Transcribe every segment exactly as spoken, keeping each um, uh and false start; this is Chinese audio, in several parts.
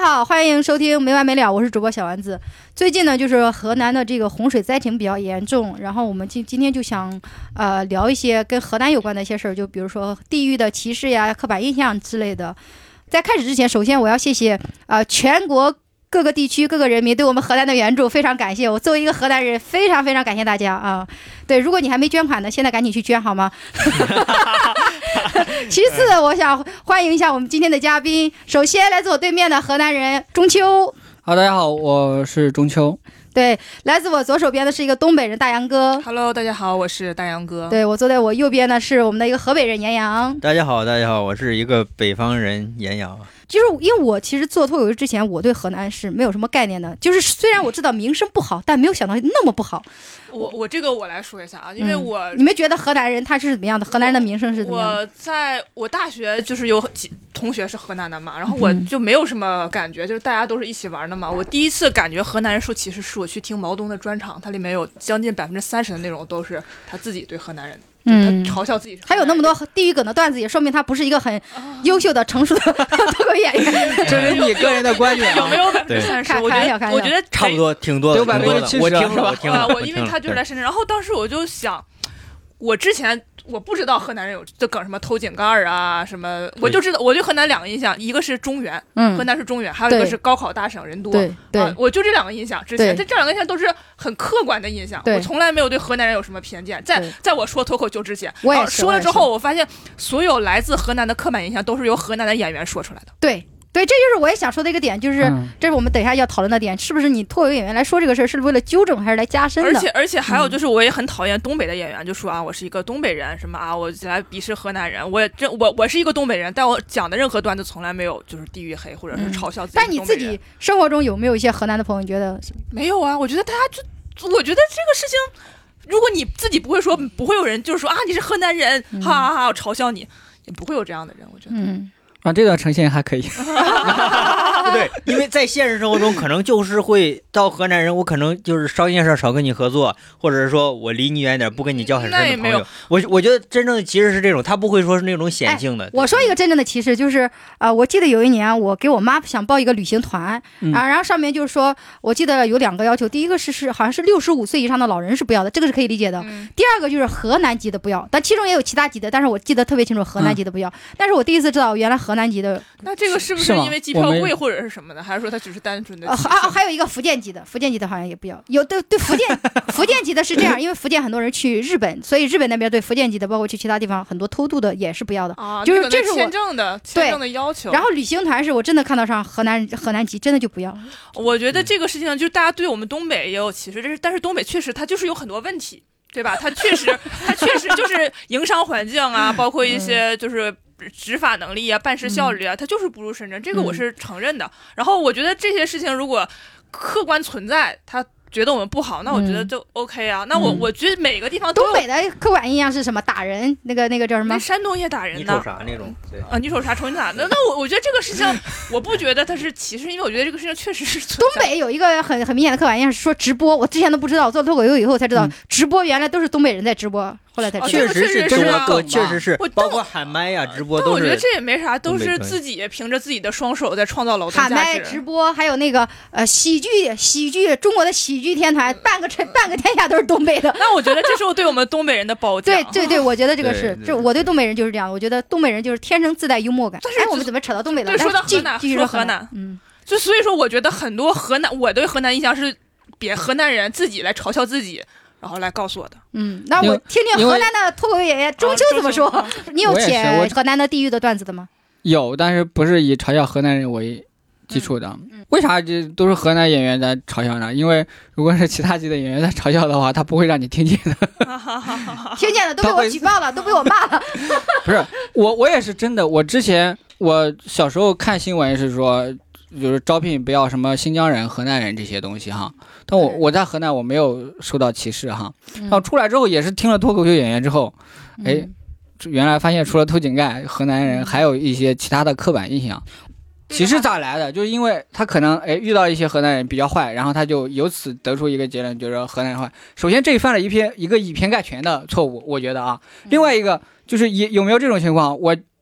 好，欢迎收听没完没了，我是主播小丸子。最近呢，就是河南的这个洪水灾情比较严重，然后我们今今天就想呃聊一些跟河南有关的一些事儿，就比如说地域的歧视呀、刻板印象之类的。在开始之前，首先我要谢谢呃全国各个地区各个人民对我们河南的援助，非常感谢。我作为一个河南人，非常非常感谢大家啊！对，如果你还没捐款的，现在赶紧去捐好吗？其次，我想欢迎一下我们今天的嘉宾。首先，来自我对面的河南人中秋。 好，大家好，我是中秋。 对，来自我左手边的是一个东北人大杨哥。 Hello， 大家好，我是大杨哥。 对，我坐在我右边的是我们的一个河北人严阳。 大家好，大家好，我是一个北方人严阳。 就是因为我其实做脱口秀之前，我对河南是没有什么概念的。就是虽然我知道名声不好，但没有想到那么不好。 我我这个我来说一下啊，因为我、 嗯、你们觉得河南人他是怎么样的？河南人的名声是怎么样的？ 我在我大学就是有几同学是河南的嘛，然后我就没有什么感觉，就是大家都是一起玩的嘛。我第一次感觉河南人受歧视是我去听毛东的专场，它里面有将近百分之三十的内容都是他自己对河南人。嗯，他嘲笑自己， 还有那么多地域梗的段子，也说明他不是一个很优秀的、成熟的脱口演员。 这是你个人的观点、啊， 有没有百分之三十？我觉得，我觉得差不多，挺多的， 有百分之七十， 我听了，我听了。 我因为他就是在深圳，然后当时我就想，我之前我不知道河南人有这梗，什么偷井盖啊，什么，我就知道，我对河南两个印象，一个是中原，嗯，河南是中原，还有一个是高考大省人多， 对对、 啊，我就这两个印象。之前这这两个印象都是很客观的印象，我从来没有对河南人有什么偏见。在在我说脱口秀之前， 我也说了之后，我发现所有来自河南的刻板印象都是由河南的演员说出来的。 对。对，这就是我也想说的一个点，就是、嗯、这是我们等一下要讨论的点，是不是你脱口秀演员来说这个事儿是为了纠正还是来加深的？ 而且而且还有就是，我也很讨厌东北的演员，就说啊，我是一个东北人，什么啊，我来鄙视河南人。我也这我我是一个东北人，但我讲的任何段子从来没有就是地域黑或者是嘲笑自己、嗯。 但你自己生活中有没有一些河南的朋友？你觉得没有啊？我觉得大家就，我觉得这个事情，如果你自己不会说，不会有人就是说啊，你是河南人，嗯、哈哈哈，我嘲笑你，也不会有这样的人。我觉得。 嗯。 啊，这段呈现还可以。 对，因为在现实生活中，可能就是会到河南人，我可能就是商业上少跟你合作，或者是说我离你远点，不跟你交很深的朋友。我我觉得真正的歧视是这种，他不会说是那种显性的。 哎、我说一个真正的歧视，就是呃，我记得有一年我给我妈想报一个旅行团、嗯、啊，然后上面就是说，我记得有两个要求，第一个是是好像是六十五岁以上的老人是不要的，这个是可以理解的。嗯、第二个就是河南籍的不要，但其中也有其他籍的，但是我记得特别清楚，河南籍的不要。嗯、但是我第一次知道原来河南籍的， 那这个是不是因为机票贵或者是什么的，还是说他只是单纯的？ 呃，还还有一个福建籍的，福建籍的好像也不要。有的对福建福建籍的是这样，因为福建很多人去日本，所以日本那边对福建籍的，包括去其他地方很多偷渡的也是不要的。 啊， 就是这是我签证的签证的要求。 然后旅行团是我真的看到上河南河南籍真的就不要。 我觉得这个事情就是大家对我们东北也有歧视，这是但是东北确实它就是有很多问题，对吧？它确实它确实就是营商环境啊，包括一些就是执法能力啊、办事效率啊，它就是不如深圳，这个我是承认的。嗯、然后我觉得这些事情如果客观存在，它觉得我们不好，那我觉得就 OK 啊。嗯、那我我觉得每个地方都东北的刻板印象是什么？打人，那个那个叫什么？ 山东也打人的。 你瞅啥那种？对啊，你瞅啥瞅你咋的？那我我觉得这个事情，我不觉得它是歧视，因为我觉得这个事情确实是存在。东北有一个很很明显的刻板印象是说直播，我之前都不知道，我做脱口秀以后才知道，嗯、直播原来都是东北人在直播。后来才确实是这个，确实是，包括喊麦呀、直播都是。 我觉得这也没啥，都是自己凭着自己的双手在创造劳动价值。 喊麦、直播，还有那个呃喜剧、喜剧，中国的喜剧天团，半个半个天下都是东北的。 那我觉得这是我对我们东北人的褒奖。 对对对，我觉得这个是，这我对东北人就是这样，我觉得东北人就是天生自带幽默感。 但是哎，我们怎么扯到东北了？ 对，说到河南， 继续说河南，嗯，就所以说，我觉得很多河南，我对河南印象是别河南人自己来嘲笑自己。然后来告诉我的， 嗯，那我听听河南的脱口秀演员中秋怎么说。啊、你有写河南的地域的段子的吗？ 有，但是不是以嘲笑河南人为基础的。嗯嗯、为啥这都是河南演员在嘲笑呢？因为如果是其他级的演员在嘲笑的话，他不会让你听见的。 听见了都被我举报了，都被我骂了。 不是我，我也是真的。我之前我小时候看新闻是说。就是招聘不要什么新疆人、河南人这些东西哈，但我我在河南我没有受到歧视哈，然后出来之后也是听了脱口秀演员之后，哎，原来发现除了偷井盖，河南人还有一些其他的刻板印象。歧视咋来的？就是因为他可能哎遇到一些河南人比较坏，然后他就由此得出一个结论，就是河南人坏。首先这犯了一篇一个以偏概全的错误，我觉得啊。另外一个就是也有没有这种情况，我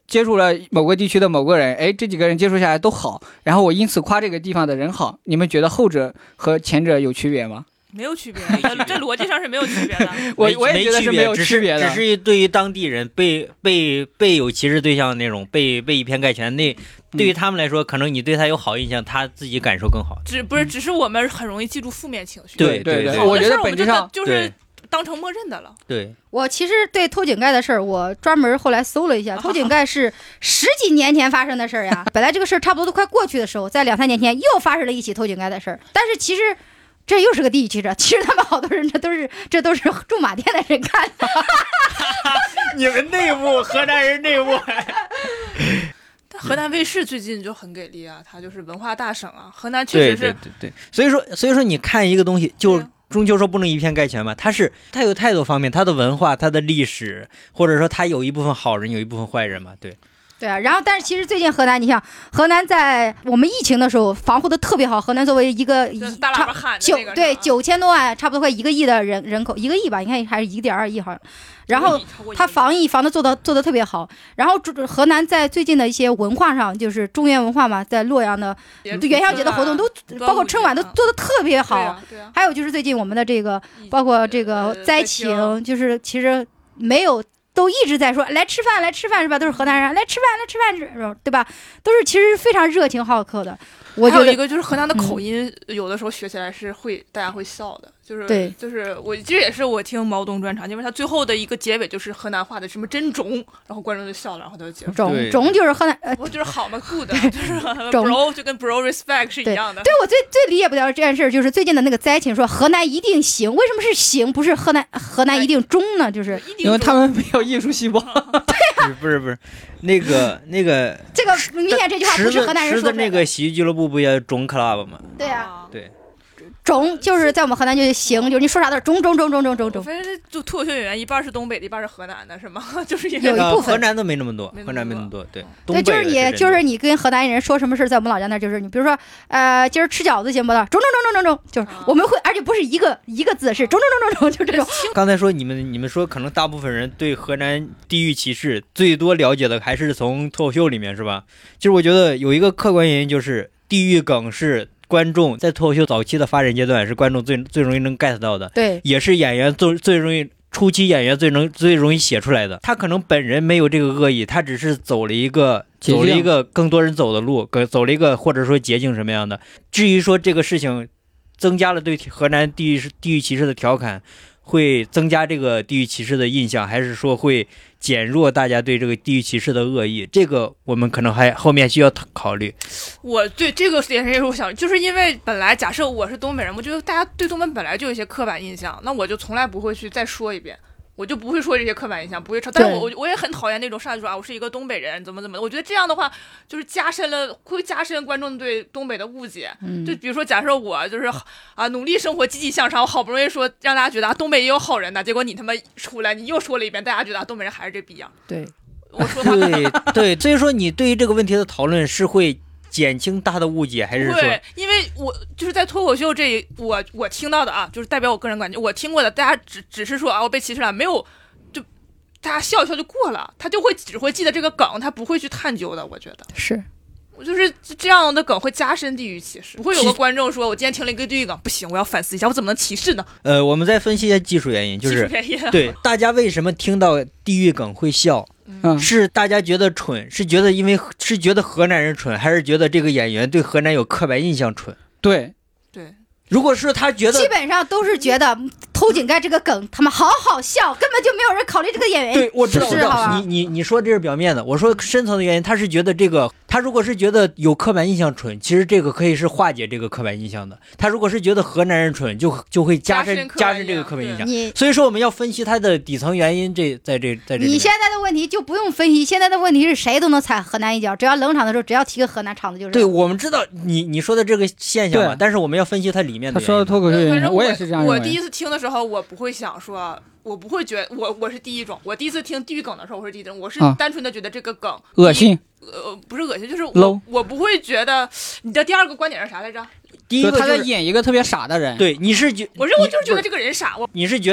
接触了某个地区的某个人，哎，这几个人接触下来都好，然后我因此夸这个地方的人好，你们觉得后者和前者有区别吗？ 没有区别，这逻辑上是没有区别的。 我我也觉得是没有区别的， 只是对于当地人被被被有歧视对象那种被被以偏概全，那对于他们来说，可能你对他有好印象，他自己感受更好。 只不是，只是我们很容易记住负面情绪。 对对对， 我觉得本质上就是当成默认的了。 对， 我其实对偷井盖的事儿，我专门后来搜了一下，偷井盖是十几年前发生的事儿呀。本来这个事儿差不多都快过去的时候，在两三年前又发生了一起偷井盖的事儿，但是其实。这又是个地域歧视，其实他们好多人这都是这都是驻马店的人干的。 你们内部河南人内部。 但河南卫视最近就很给力啊，它就是文化大省啊，河南确实是。 对对对对，所以说所以说你看一个东西，就终究说不能以偏概全嘛，它是它有太多方面，它的文化、它的历史，或者说它有一部分好人，有一部分坏人嘛，对。 对啊，然后但是其实最近河南，你像河南在我们疫情的时候防护的特别好。河南作为一个大喇叭喊九对九千多万，差不多快一个亿的人人口，一个亿吧，你看还是一点二亿好像。然后他防疫防的做的做的特别好。然后河南在最近的一些文化上，就是中原文化嘛，在洛阳的元宵节的活动都包括春晚都做的特别好。还有就是最近我们的这个包括这个灾情，就是其实没有。都一直在说来吃饭来吃饭是吧？都是河南人来吃饭来吃饭，对吧？都是其实非常热情好客的。我觉得还有一个就是河南的口音，嗯、有的时候学起来是会大家会笑的，就是对， 就是我这也是我听毛东专场，因为他最后的一个结尾就是河南话的什么真种，然后观众就笑了，然后他就结束。 种种就是河南，呃， 不就是好嘛 ，good， 就是 bro 就跟 bro respect 是一样的。 对, 对我最最理解不了这件事，就是最近的那个灾情说河南一定行，为什么是行，不是河南河南一定中呢？就是因为他们没有艺术细胞。 对呀，不是不是，那个那个这个明显这句话不是河南人说的。 那个喜剧俱乐部不也种 club 吗？ 对呀、啊， 对。 种就是在我们河南就是行，就是你说啥都是种种种种种种种。 反正就脱口秀演员一半是东北的，一半是河南的，是吗？就是有一部分、 呃、河南的没那么多，河南没那么多。对， 对，就是你就是你跟河南人说什么事，在我们老家那就是你，比如说呃，今儿吃饺子行不的，种种种种种种，就是我们会，而且不是一个一个字，是种种种种种，就这种。 刚才说你们你们说可能大部分人对河南地域歧视最多了解的还是从脱口秀里面，是吧？其实我觉得有一个客观原因，就是地域梗是。观众在脱口秀早期的发展阶段是观众最最容易能 get 到的， 对， 也是演员最最容易初期演员最能最容易写出来的。他可能本人没有这个恶意，他只是走了一个走了一个更多人走的路，走了一个或者说捷径什么样的。至于说这个事情增加了对河南地域地域歧视的调侃，会增加这个地域歧视的印象，还是说会减弱大家对这个地域歧视的恶意？这个我们可能还后面需要考虑。 我对这个点是我想，就是因为本来假设我是东北人，我觉得大家对东北本来就有一些刻板印象，那我就从来不会去再说一遍。我就不会说这些刻板印象，不会抄。但是我我也很讨厌那种上来就说啊，我是一个东北人，怎么怎么的。我觉得这样的话，就是加深了，会加深观众对东北的误解。 嗯、 就比如说，假设我就是啊，努力生活，积极向上，我好不容易说让大家觉得啊，东北也有好人的，结果你他妈出来，你又说了一遍，大家觉得、啊、东北人还是这逼样。 对， 我说话对对，所以说你对于这个问题的讨论是会减轻大的误解，还是说？ 对，因为我就是在脱口秀这，我我听到的啊，就是代表我个人感觉，我听过的，大家只只是说啊，我被歧视了，没有。大家笑一笑就过了，他就会只会记得这个梗，他不会去探究的。我觉得是， 我就是这样的梗会加深地域歧视。不会有个观众说，我今天听了一个地域梗，不行，我要反思一下，我怎么能歧视呢？ 呃，我们再分析一下技术原因，就是对大家为什么听到地域梗会笑， 嗯， 是大家觉得蠢，是觉得因为是觉得河南人蠢，还是觉得这个演员对河南有刻板印象蠢？ 对对。 如果是他觉得， 基本上都是觉得偷井盖这个梗他们好好笑，根本就没有人考虑这个演员。 对，我知道， 是好你你你说这是表面的，我说深层的原因，他是觉得这个，他如果是觉得有刻板印象蠢，其实这个可以是化解这个刻板印象的。他如果是觉得河南人蠢，就就会加深加深这个刻板印象。所以说我们要分析他的底层原因，这在这在这。 你现在的问题就不用分析，现在的问题是谁都能踩河南一脚，只要冷场的时候，只要提个河南场子就是。 对，我们知道你你说的这个现象嘛，但是我们要分析它里面的。 他说的脱口秀。 反正 我, 我也是这样认为。 我第一次听的时候，我不会想说，我不会觉得我我是第一种。我第一次听地狱梗的时候，我是第一种，我是单纯的觉得这个梗、啊、 恶心。 呃，不是恶心，就是我 low。 我不会觉得。你的第二个观点是啥来着？ 第一个、就是、 他在演一个特别傻的人。 对，你是觉， 我是我就是觉得这个人傻。我你是觉得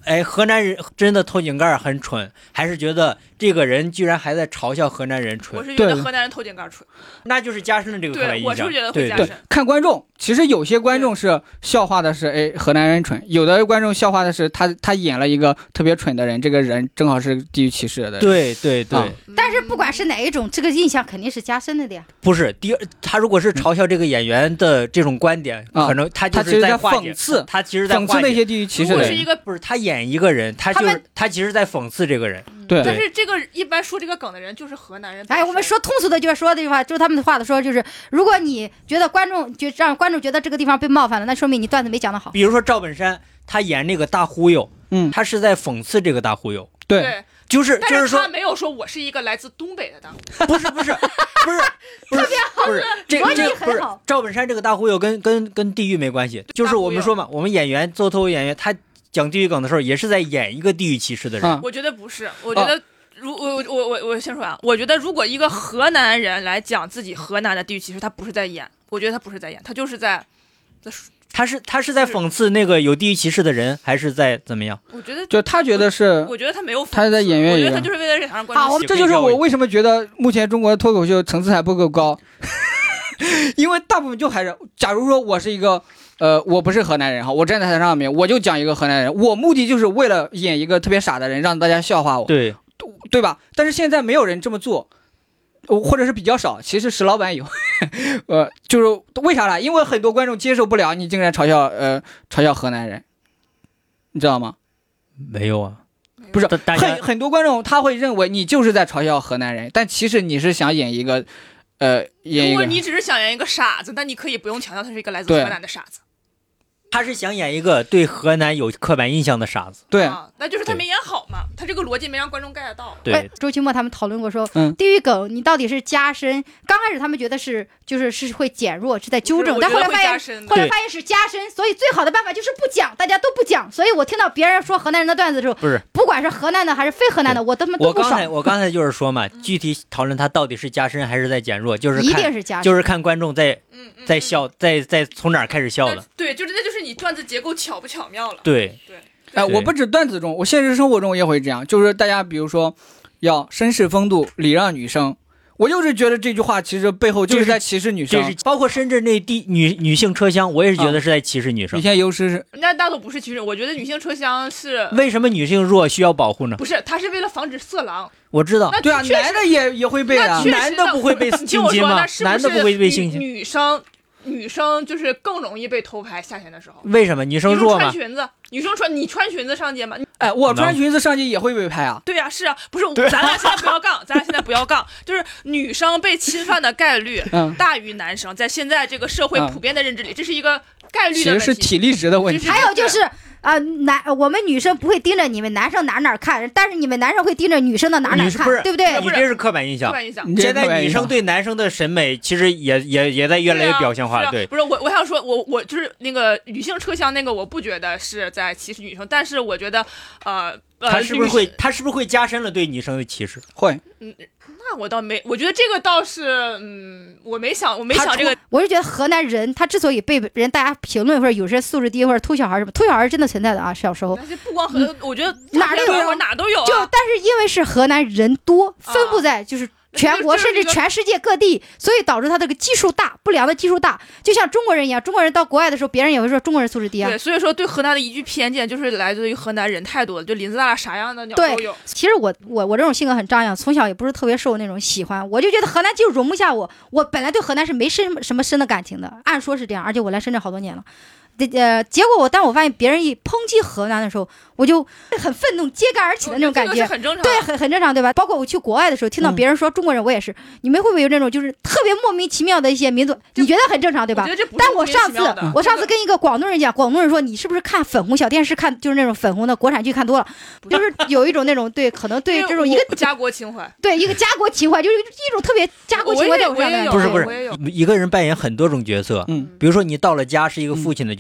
哎，河南人真的偷井盖很蠢，还是觉得这个人居然还在嘲笑河南人蠢？ 我是觉得河南人偷井盖蠢， 那就是加深了这个刻板印象。 对，我是觉得会加深。 对，看观众，其实有些观众是笑话的是哎河南人蠢，有的观众笑话的是他他演了一个特别蠢的人，这个人正好是地域歧视的。 对对对、 嗯。但是不管是哪一种，这个印象肯定是加深了的呀。 不是，第二，他如果是嘲笑这个演员的这种观点， 嗯、 可能他就是在讽刺， 他其实在讽刺那些地域歧视的人。 是一个不是他演一个人，他就是他其实在讽刺这个人。 对， 但是这个一般说这个梗的人就是河南人。 哎，我们说通俗的就说这句话，就是他们的话的说，就是如果你觉得观众就让观众觉得这个地方被冒犯了，那说明你段子没讲得好。 比如说赵本山，他演那个大忽悠， 嗯， 他是在讽刺这个大忽悠。 对。 对就是但就是说， 他没有说我是一个来自东北的大忽悠， 不是不是不是不是特别好， 不是这个这很好。 赵本山这个大忽悠跟跟跟地域没关系，就是我们说嘛，我们演员做脱口演员，他讲地域梗的时候，也是在演一个地域歧视的人。 啊、 我觉得不是，我觉得。如我我我我先说啊，我觉得如果一个河南人来讲自己河南的地域歧视，他不是在演，我觉得他不是在演，他就是在在。 他是他是在讽刺那个有地域歧视的人，还是在怎么样？ 我觉得就他觉得是， 我觉得他没有， 他是在演员， 我觉得他就是为了想让观众。 好，这就是我为什么觉得目前中国的脱口秀层次还不够高，因为大部分就还是，假如说我是一个，呃，我不是河南人哈，我站在台上面，我就讲一个河南人，我目的就是为了演一个特别傻的人，让大家笑话我， 对， 对吧？但是现在没有人这么做。或者是比较少，其实石老板有，呃，就是为啥呢？因为很多观众接受不了你竟然嘲笑呃嘲笑河南人，你知道吗？ 没有啊， 不是很很多观众他会认为你就是在嘲笑河南人，但其实你是想演一个，呃，演一个。 如果你只是想演一个傻子，那你可以不用强调他是一个来自河南的傻子。 他是想演一个对河南有刻板印象的傻子， 对、 啊，那就是他没演好嘛，他这个逻辑没让观众 get 到。 对， 周奇墨他们讨论过说， 嗯， 地域梗你到底是加深？刚开始他们觉得是就是是会减弱，是在纠正，但后来发现后来发现是加深，所以最好的办法就是不讲，大家都不讲。所以我听到别人说河南人的段子的时候， 不是不管是河南的还是非河南的，我他妈都不爽。 我刚才我刚才就是说嘛，具体讨论他到底是加深还是在减弱，就是看一定是加深， 就是看观众在嗯在笑，在在从哪儿开始笑了。 对，就是这就是你段子结构巧不巧妙了。 对对， 哎、呃，我不止段子中，我现实生活中也会这样，就是大家比如说要绅士风度，礼让女生，我就是觉得这句话其实背后就是在歧视女生， 就是包括深圳那地女女性车厢，我也是觉得是在歧视女生。 女性优势是， 那大多不是歧视，我觉得女性车厢是为什么女性弱需要保护呢？ 不是，它是为了防止色狼。 我知道， 对啊，男的也也会被啊， 男的不会被性侵吗？男的不会被性侵， 女生。女生就是更容易被偷拍，夏天的时候。 为什么？女生弱吗？ 穿裙子，女生穿你穿裙子上街吗？ 哎，我穿裙子上街也会被拍啊。 对呀、啊，是啊，不是咱俩现在不要杠，咱俩现在不要杠，就是女生被侵犯的概率大于男生，在现在这个社会普遍的认知里，这是一个概率的问题， 其实是体力值的问题。 还有就是。啊、呃，男我们女生不会盯着你们男生哪哪看，但是你们男生会盯着女生的哪哪看，对不对？ 你这是刻板印象。 刻板印象。 现在女生对男生的审美其实也也也在越来越表现化了。对， 啊啊、不是我我想说，我我就是那个女性车厢那个，我不觉得是在歧视女生，但是我觉得，呃， 他是不是会他是不是会加深了对女生的歧视？ 会。 嗯。那我倒没，我觉得这个倒是，嗯，我没想，我没想这个。 我是觉得河南人他之所以被人大家评论或者有些素质低或者偷小孩什么，偷小孩是真的存在的啊，小时候。 但是不光河、嗯，我觉得哪都有， 哪都有、啊。 就但是因为是河南人多，分布在就是。全国甚至全世界各地，所以导致他这个基数大，不良的基数大，就像中国人一样，中国人到国外的时候，别人也会说中国人素质低啊。 对，所以说对河南的一句偏见就是来自于河南人太多了，就林子大了啥样的鸟都有。 其实我我我这种性格很张扬，从小也不是特别受那种喜欢，我就觉得河南就容不下我，我本来对河南是没深什么深的感情的，按说是这样，而且我来深圳好多年了。呃，结果我当我发现别人一抨击河南的时候，我就很愤怒，揭竿而起的那种感觉， 这个是很正常， 对，很很正常，对吧？包括我去国外的时候，听到别人说中国人，我也是，嗯、你们会不会有那种就是特别莫名其妙的一些民族？你觉得很正常，对吧？ 我但我上次，我上次跟一个广东人讲，广东人说你是不是看粉红小电视看，就是那种粉红的国产剧看多了，就是有一种那种对，可能对这种一个家国情怀， 对一个家国情怀，就是一种特别家国情怀在我上面。 不是不是，一个人扮演很多种角色， 嗯， 比如说你到了家是一个父亲的角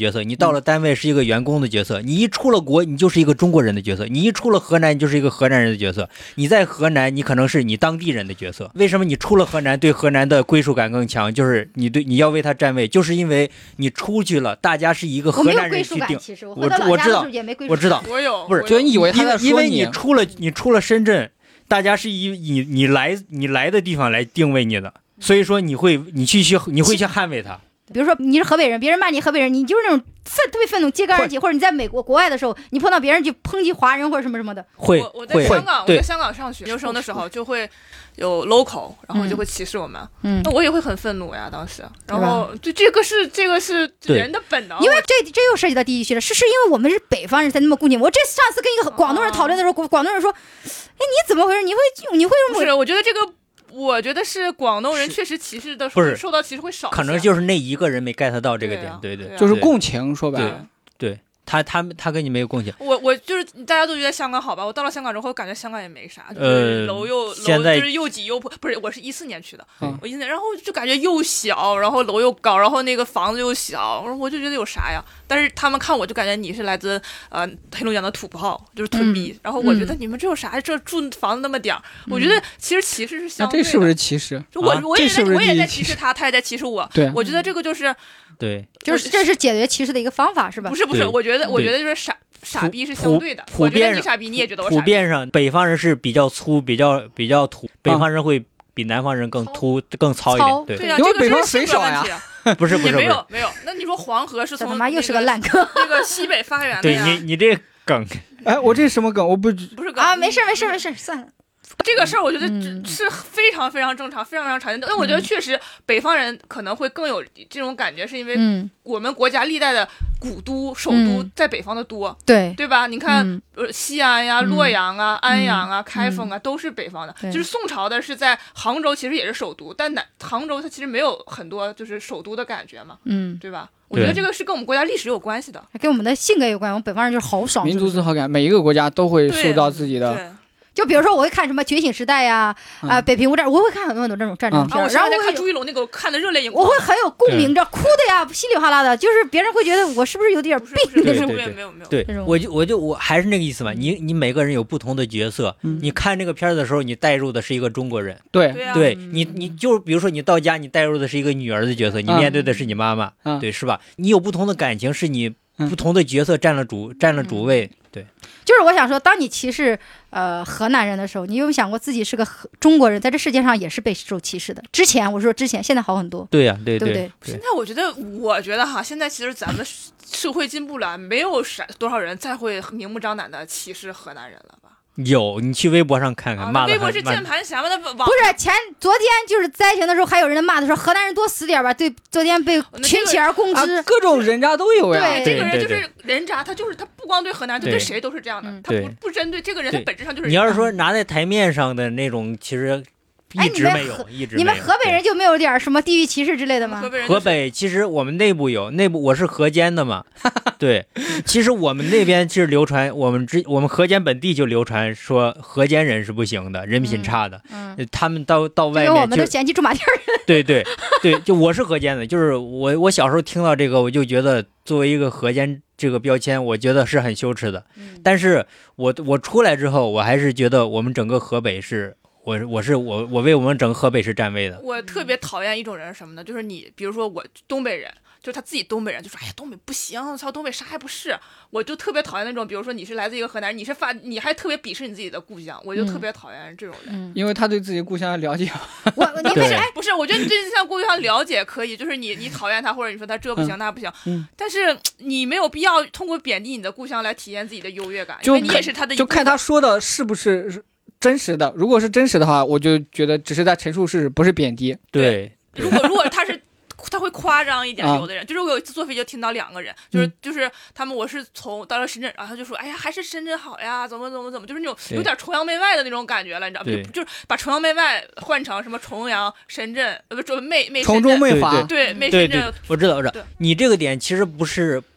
角色，你到了单位是一个员工的角色，你一出了国，你就是一个中国人的角色，你一出了河南，你就是一个河南人的角色。你在河南，你可能是你当地人的角色。为什么你出了河南，对河南的归属感更强？就是你对你要为他站位，就是因为你出去了，大家是一个河南人去定。 其实我我我知道，我知道， 我有， 不是， 就你以为他在说你， 因为你出了你出了深圳，大家是以你你来你来的地方来定位你的，所以说你会你去去你会去捍卫他。 比如说你是河北人，别人骂你河北人，你就是那种愤特别愤怒，揭竿而起，或者你在美国国外的时候，你碰到别人去抨击华人或者什么什么的， 会我我在香港，我在香港上学研究生的时候就会有 local， 然后就会歧视我们，嗯，那我也会很愤怒呀，当时，然后对这个是这个是人的本能， 因为这这又涉及到地域歧视，是是因为我们是北方人才那么顾忌。我这上次跟一个广东人讨论的时候，广广东人说，哎，你怎么回事？你会你会不是？我觉得这个。我觉得是广东人确实歧视的， 不是受到歧视会少， 可能就是那一个人没 get 到这个点，对 对, 对, 对，就是共情，说白了， 对，对他他他跟你没有共情。 我我就是大家都觉得香港好吧，我到了香港之后，感觉香港也没啥，就是楼又、呃、 现在楼就是又挤又破，不是，我是一四年去的，嗯、我一四年，然后就感觉又小，然后楼又高，然后那个房子又小，我就觉得有啥呀？但是他们看我就感觉你是来自呃黑龙江的土炮，就是土逼、嗯，然后我觉得你们这有啥？这住房子那么点儿、嗯，我觉得其实歧视是相对的。 那这是不是歧视？ 我、啊、我也在是是我也在歧视他，他也在歧视我。 对， 我觉得这个就是对， 就是这是解决歧视的一个方法，是吧？ 不是不是，我觉得我觉得就是傻傻逼是相对的。我觉得你傻逼，你也觉得我傻逼。 普遍上，北方人是比较粗，比较比较土，北方人会比南方人更粗、更糙一点。对， 对呀， 因为北方水少呀。 不是不是没有没有，那你说黄河是从他妈又是个烂梗， 这个西北发源的呀？ 对你你这梗， 哎，我这是什么梗？我不不是梗啊，没事没事没事，算了。 这个事儿我觉得是非常非常正常，非常非常常见的。但我觉得确实北方人可能会更有这种感觉，是因为我们国家历代的古都、首都在北方的多， 对对吧？你看，呃，西安呀、洛阳啊、安阳啊、开封啊，都是北方的。就是宋朝的是在杭州，其实也是首都，但南杭州它其实没有很多就是首都的感觉嘛，嗯，对吧？我觉得这个是跟我们国家历史有关系的， 跟我们的性格有关。我们北方人就是豪爽， 民族自豪感，每一个国家都会塑造自己的。 就比如说，我会看什么《觉醒时代》呀，啊，《北平无战》，我会看很多很多这种战争片。 然后我看朱一龙那个，看的热泪盈眶。 我会很有共鸣，这哭的呀，稀里哗啦的，就是别人会觉得我是不是有点病？ 对对对，没有没有。 对，我就我就我还是那个意思嘛。你你每个人有不同的角色，你看这个片的时候，你带入的是一个中国人。 对对，你你就比如说你到家，你带入的是一个女儿的角色，你面对的是你妈妈，对，是吧？你有不同的感情，是你不同的角色占了主占了主位，对。 就是我想说，当你歧视呃河南人的时候，你有没有想过自己是个中国人，在这世界上也是被受歧视的？之前我说之前，现在好很多。 对呀、啊，对对不对？ 现在我觉得，我觉得哈，现在其实咱们社会进步了，没有啥多少人再会明目张胆的歧视河南人了吧？ 有，你去微博上看看， 啊、 骂的微博是键盘侠吗？那不是前昨天就是灾情的时候，还有人骂的说河南人多死点吧。对，昨天被群起而攻之、 啊，各种人渣都有呀。 对，这个人就是人渣，他就是他不光对河南人，对谁都是这样的。他不不针对这个人，他本质上就是。 你要是说拿在台面上的那种，其实。一直没有，一直没有。 你们河北人就没有点什么地域歧视之类的吗？ 河北人、 就是、河北其实我们内部有，内部我是河间的嘛。对，其实我们那边是流传，我们之我们河间本地就流传说河间人是不行的，人品差的。嗯，嗯他们到到外面就我们都嫌弃驻马店人。 对对对，就我是河间的，就是我我小时候听到这个，我就觉得作为一个河间这个标签，我觉得是很羞耻的。嗯、但是我我出来之后，我还是觉得我们整个河北是。我我是我我为我们整个河北是站位的。 我特别讨厌一种人是什么呢？就是你，比如说我东北人，就是他自己东北人，就说哎呀东北不行，操东北啥还不是？我就特别讨厌那种，比如说你是来自一个河南人，你是发你还特别鄙视你自己的故乡，我就特别讨厌这种人， 嗯、因为他对自己故乡了解。 我你开始哎不是，我觉得你对自己故乡了解可以，就是你你讨厌他或者你说他这不行、嗯、那不行、嗯，但是你没有必要通过贬低你的故乡来体验自己的优越感，因为你也是他的一。 就看他说的是不是。真实的，如果是真实的话，我就觉得只是在陈述事实，不是贬低。 对， 如果如果他是他会夸张一点，有的人、啊、就是我有一次坐飞机就听到两个人，就是、嗯、就是他们我是从到了深圳，然后他就说，哎呀，还是深圳好呀，怎么怎么怎么，就是那种有点崇洋媚外的那种感觉了，你知道吗？就就是把崇洋媚外换成什么崇洋深圳，呃不媚媚崇中媚华， 对媚深圳。我知道，我知道，你这个点其实不是。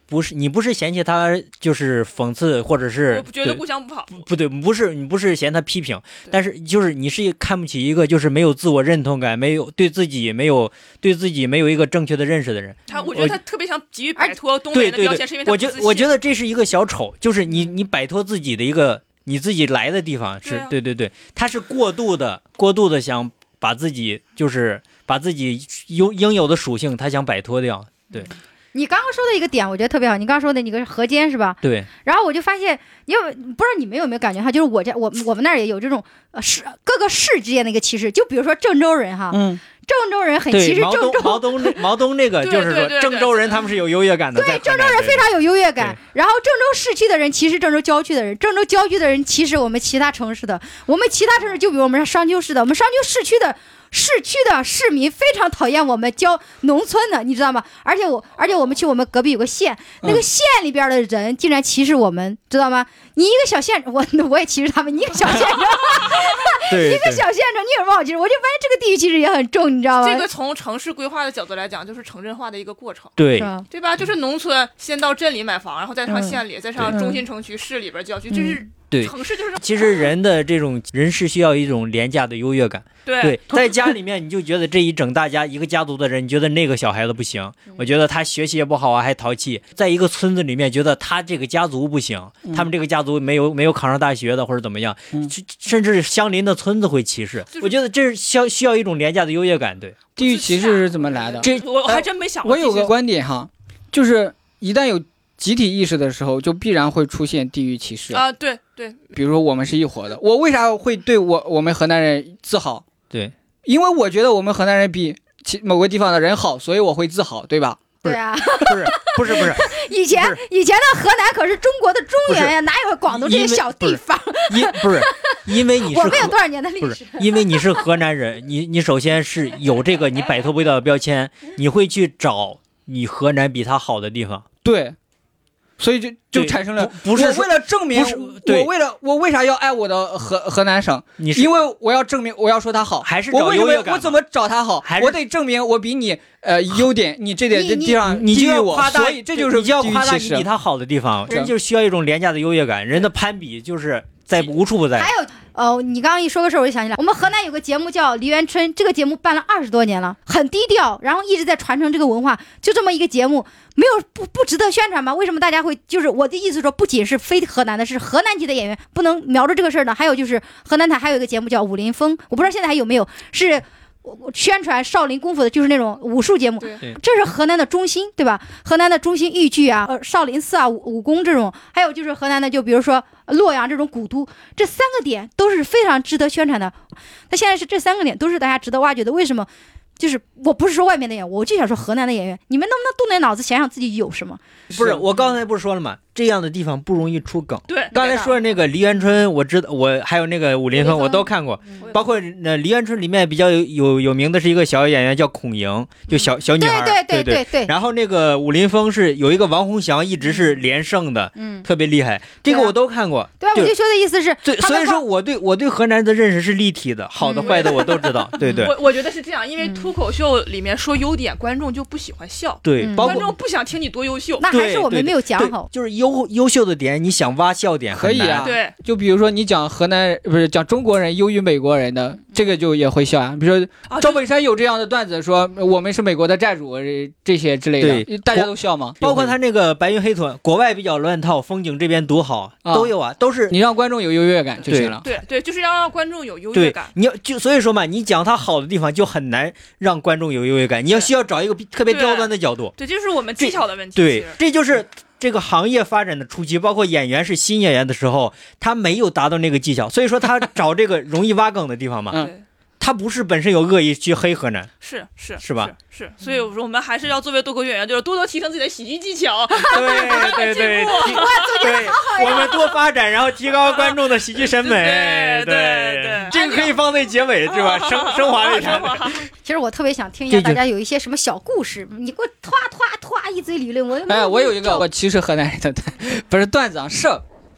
不是你不是嫌弃他就是讽刺或者是我觉得故乡不好， 不不对，不是你不是嫌他批评，但是就是你是看不起一个就是没有自我认同感，没有对自己没有对自己没有一个正确的认识的人。 他我觉得他特别想急于摆脱东北人的标签，是因为他我觉我觉得这是一个小丑，就是你你摆脱自己的一个你自己来的地方是、啊、对对对，他是过度的过度的想把自己就是把自己应应有的属性他想摆脱掉。对， 你刚刚说的一个点我觉得特别好，你刚刚说的那个河间是吧？ 对。 然后我就发现，你有不知道你们有没有感觉哈，就是我家我我们那儿也有这种呃市各个市之间的一个歧视，就比如说郑州人哈， 嗯。 郑州人很歧视郑州， 毛东毛东那个就是说郑州人他们是有优越感的， 对，郑州人非常有优越感。然后郑州市区的人歧视郑州郊区的人，郑州郊区的人歧视我们其他城市的。我们其他城市就比如我们是商丘市的，我们商丘市区的市区的市民非常讨厌我们郊农村的，你知道吗？而且我而且我们去我们隔壁有个县，那个县里边的人竟然歧视我们，知道吗？你一个小县，我我也歧视他们，你一个小县城， 对， 一个小县城，你有什么好歧视？我就发现这个地域其实也很重，你知道吗？ 这个从城市规划的角度来讲，就是城镇化的一个过程， 对， 对吧？就是农村先到镇里买房，然后再上县里，嗯、再上中心城区、市里边郊区，这、嗯、是。 对， 城市就是其实人的这种人是需要一种廉价的优越感。 对对，在家里面你就觉得这一整大家一个家族的人，你觉得那个小孩子不行，我觉得他学习也不好啊，还淘气。在一个村子里面，觉得他这个家族不行，他们这个家族没有没有考上大学的或者怎么样， 嗯、 甚至乡邻的村子会歧视。我觉得这是需要需要一种廉价的优越感。对， 地域歧视是怎么来的？ 这我还真没想过。 我有个观点哈，就是一旦有集体意识的时候，就必然会出现地域歧视啊！对对， 比如说我们是一伙的，我为啥会对我我们河南人自豪？ 对， 因为我觉得我们河南人比其某个地方的人好，所以我会自豪，对吧？ 对啊， 不是不是不是， 以前以前的河南可是中国的中原呀，哪有广东这些小地方？ 因不是因为你是我们有多少年的历史？ 因为你是河南人，你你首先是有这个你摆脱不掉的标签，你会去找你河南比他好的地方。 对。所以就就产生了， 不是我为了证明，我为了我为啥要爱我的河河南省？ 你因为我要证明我要说他好， 还是我为什么我怎么找他好？我得证明我比你呃优点，你这点这地方你就要我， 夸大， 所以这就是你就要夸大你比他好的地方，人就需要一种廉价的优越感，人的攀比就是在无处不在。 还有。呃，你刚刚一说个事儿，我就想起来，我们河南有个节目叫《梨园春》，这个节目办了二十多年了，很低调，然后一直在传承这个文化。就这么一个节目，没有不不值得宣传吗？为什么大家会就是我的意思说，不仅是非河南的，是河南籍的演员不能瞄着这个事儿呢？还有就是河南台还有一个节目叫《武林风》，我不知道现在还有没有，是宣传少林功夫的，就是那种武术节目。这是河南的中心，对吧？河南的中心豫剧啊，呃，少林寺啊，武武功这种，还有就是河南的，就比如说洛阳这种古都，这三个点都是非常值得宣传的。那现在是这三个点都是大家值得挖掘的，为什么？就是我不是说外面的演员，我就想说河南的演员，你们能不能动点脑子想想自己有什么？ 不是，我刚才不是说了吗？这样的地方不容易出梗。 对， 刚才说的那个梨园春，我知道，我还有那个武林风，我都看过。嗯、包括那梨园春里面比较有有有名的是一个小演员叫孔莹，就小小女孩。 对对对对对, 对, 对。 然后那个武林风是有一个王洪祥，一直是连胜的，嗯，特别厉害。这个我都看过。 对啊，我就说的意思是， 对，所以说我对我对河南的认识是立体的，好的坏的我都知道。对对。 我我觉得是这样，因为脱口秀里面说优点，观众就不喜欢笑。 对，包括观众不想听你多优秀。 那还是我们没有讲好。 就是优优秀的点，你想挖笑点可以啊。 对， 就比如说你讲河南不是讲中国人优于美国人的，这个就也会笑啊。比如说赵本山有这样的段子，说我们是美国的债主这些之类的，对，大家都笑吗？ 包括他那个白云黑豚，国外比较乱套，风景这边独好， 啊、 都有啊，都是你让观众有优越感就行了。 对 对, 对，就是要让观众有优越感。 你要就所以说嘛，你讲他好的地方就很难让观众有优越感，你要需要找一个特别刁钻的角度。 对，这就是我们技巧的问题。 对，这就是这个行业发展的初期，包括演员是新演员的时候，他没有达到那个技巧，所以说他找这个容易挖梗的地方嘛。 嗯， 他不是本身有恶意去黑河南， 是是是吧？ 是，是所以我说我们还是要作为脱口秀演员，就是多多提升自己的喜剧技巧。 对对对，对，我们多发展，然后提高观众的喜剧审美。 对对对， 这个可以放在结尾，是吧？升升华一下。 其实我特别想听一下大家有一些什么小故事，你给我突突突一堆理论，我哎，我有一个我歧视河南人的，不是段子啊，是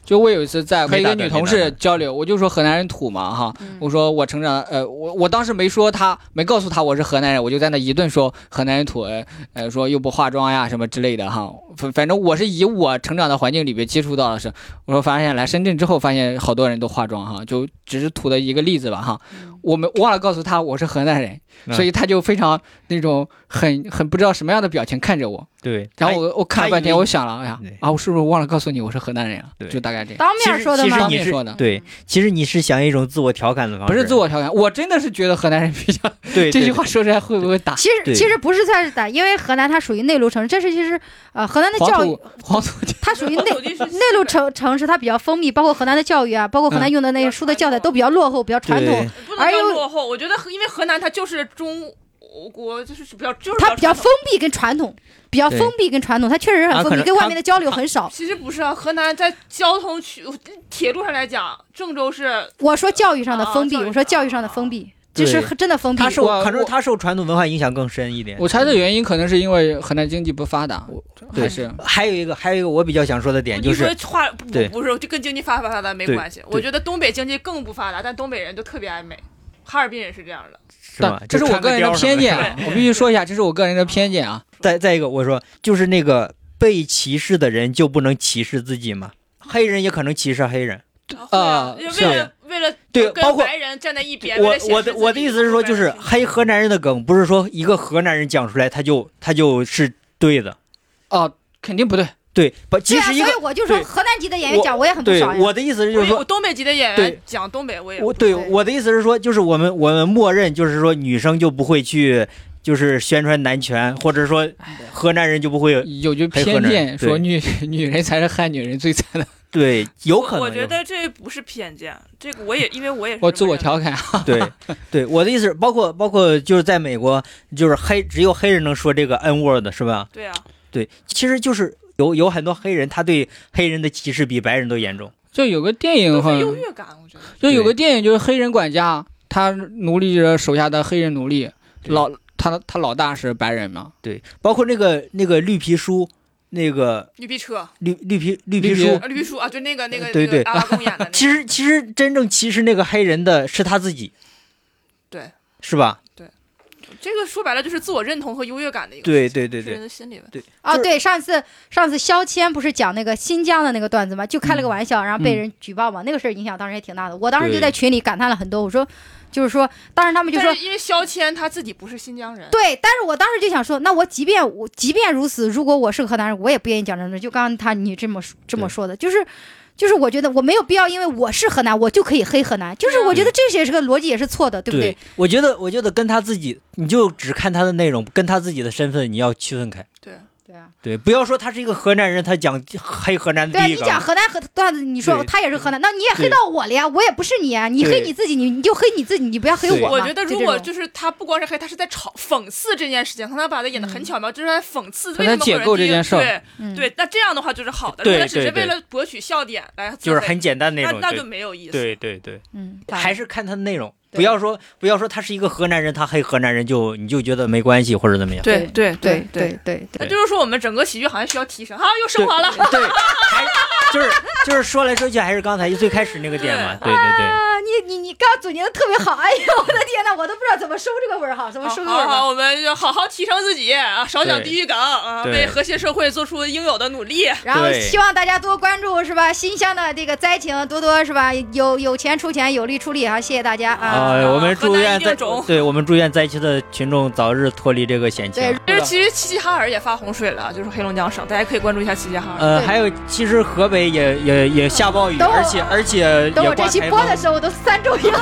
就我有一次在和一个女同事交流，我就说河南人土嘛哈， 嗯、 我说我成长呃我我当时没说他没告诉他我是河南人，我就在那一顿说河南人土，呃说又不化妆呀什么之类的哈，反反正我是以我成长的环境里边接触到的是，我说发现来深圳之后发现好多人都化妆哈，就只是土的一个例子吧哈，嗯、我们忘了告诉他我是河南人，嗯、所以他就非常那种很很不知道什么样的表情看着我。 对， 然后我我看了半天，我想了，哎呀，啊，我是不是忘了告诉你我是河南人啊？就大概这样。 当面说的吗？ 当面说的。 对，其实你是想一种自我调侃的方式。 不是自我调侃，我真的是觉得河南人比较。 对， 这句话说出来会不会打？ 其实其实不是算是打，因为河南它属于内陆城市，这是其实呃河南的教育， 黄土它属于内内陆城城市，它比较封闭，包括河南的教育啊，包括河南用的那些书的教材都比较落后，比较传统。 不能叫落后，我觉得因为河南它就是中。国就是比较就是它比较封闭跟传统，比较封闭跟传统，它确实很封闭，跟外面的交流很少。 其实不是啊，河南在交通区铁路上来讲，郑州是我说教育上的封闭，我说教育上的封闭，就是真的封闭。 它受可能它受传统文化影响更深一点。 我猜的原因可能是因为河南经济不发达，还是还有一个还有一个我比较想说的点就是， 你说话不不是就跟经济发不发达没关系。我觉得东北经济更不发达，但东北人就特别爱美，哈尔滨人是这样的。 但这是我个人的偏见啊，我必须说一下，这是我个人的偏见啊。 再再一个，我说就是那个被歧视的人就不能歧视自己吗？黑人也可能歧视黑人啊，为了为了对，包括白人站在一边。 我我的我的意思是说，就是黑河南人的梗，不是说一个河南人讲出来他就他就是对的哦，肯定不对。 对，不，即使一个， 所以我就说河南籍的演员讲我也很不爽。 对，我的意思是就是说， 东北籍的演员讲东北我也。 我对我的意思是说，就是我们我们默认就是说女生就不会去就是宣传男权，或者说河南人就不会有就偏见说女女人才是害女人最惨的。 对，有可能。 我觉得这不是偏见，这个我也因为我也是我自我调侃啊。 对对，我的意思是包括包括就是在美国，就是黑只有黑人能说这个 N word 是吧？ 对啊。 对，其实就是。有有很多黑人，他对黑人的歧视比白人都严重。 就有个电影哈， 优越感，我觉得就有个电影就是黑人管家，他奴隶着手下的黑人奴隶，老他他老大是白人嘛？ 对，包括那个那个绿皮书，那个绿皮车， 绿绿皮绿皮书， 绿皮书啊，就那个那个对对阿拉贡演的、那个。 其实其实真正歧视那个黑人的是他自己， 对， 是吧？ 对。这个说白了就是自我认同和优越感的一个对对对对人的心理问题。 哦，对，上次上次肖谦不是讲那个新疆的那个段子嘛，就开了个玩笑，嗯、然后被人举报嘛，嗯、那个事儿影响当时也挺大的。我当时就在群里感叹了很多，我说，就是说，当时他们就说， 因为肖谦他自己不是新疆人， 对，但是我当时就想说，那我即便我即便如此，如果我是个河南人，我也不愿意讲这种。就刚刚他你这么这么说的，就是。就是我觉得我没有必要，因为我是河南，我就可以黑河南。就是我觉得这些是个逻辑也是错的，对不对？ 对，我觉得我觉得跟他自己，你就只看他的内容，跟他自己的身份你要区分开。 对对啊， 对，不要说他是一个河南人，他讲黑河南的第一个。 对，你讲河南和段子，你说他也是河南，那你也黑到我了呀，我也不是你啊，你黑你自己，你你就黑你自己，你不要黑我嘛。 我觉得如果就是他不光是黑，他是在嘲讽刺这件事情，他把他演得很巧妙，嗯、就是在讽刺为什么解构这件事。 对、 嗯、 对，那这样的话就是好的。 对如果只是为了博取笑点来， 就是很简单那种， 那那就没有意思。 对对对， 嗯， 还是看他的内容。不要说不要说他是一个河南人，他黑河南人就你就觉得没关系或者怎么样。 对对对对对， 那就是说我们整个喜剧行业需要提升，好又升华了。 对，还就是就是说来说去还是刚才最开始那个点嘛。对对对。 啊，你你你刚总结的特别好，哎呀，我的天哪，我都不知道怎么收这个尾儿哈，怎么收这个尾儿。 好，我们就好好提升自己啊，少讲地域梗啊，为和谐社会做出应有的努力。 然后希望大家多关注是吧？新乡的这个灾情，多多是吧？有有钱出钱，有力出力啊！谢谢大家啊！ 啊，我们祝愿灾，对我们祝愿灾区的群众早日脱离这个险情。 对，其实齐齐哈尔也发洪水了，就是黑龙江省，大家可以关注一下齐齐哈尔。 呃，还有其实河北也也也下暴雨，而且而且等我这期播的时候都三周以后。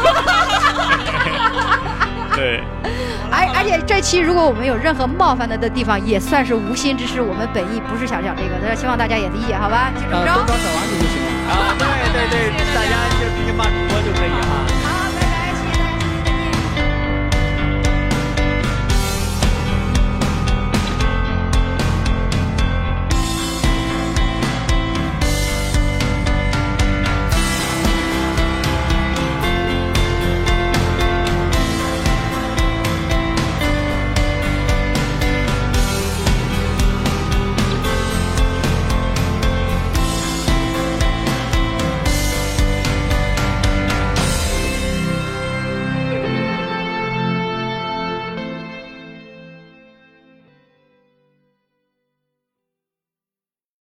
对。 而而且这期如果我们有任何冒犯的的地方，也算是无心之失，我们本意不是想讲这个，但是希望大家也理解，好吧？就这么着。 东方小王子就行了。 啊，对对对。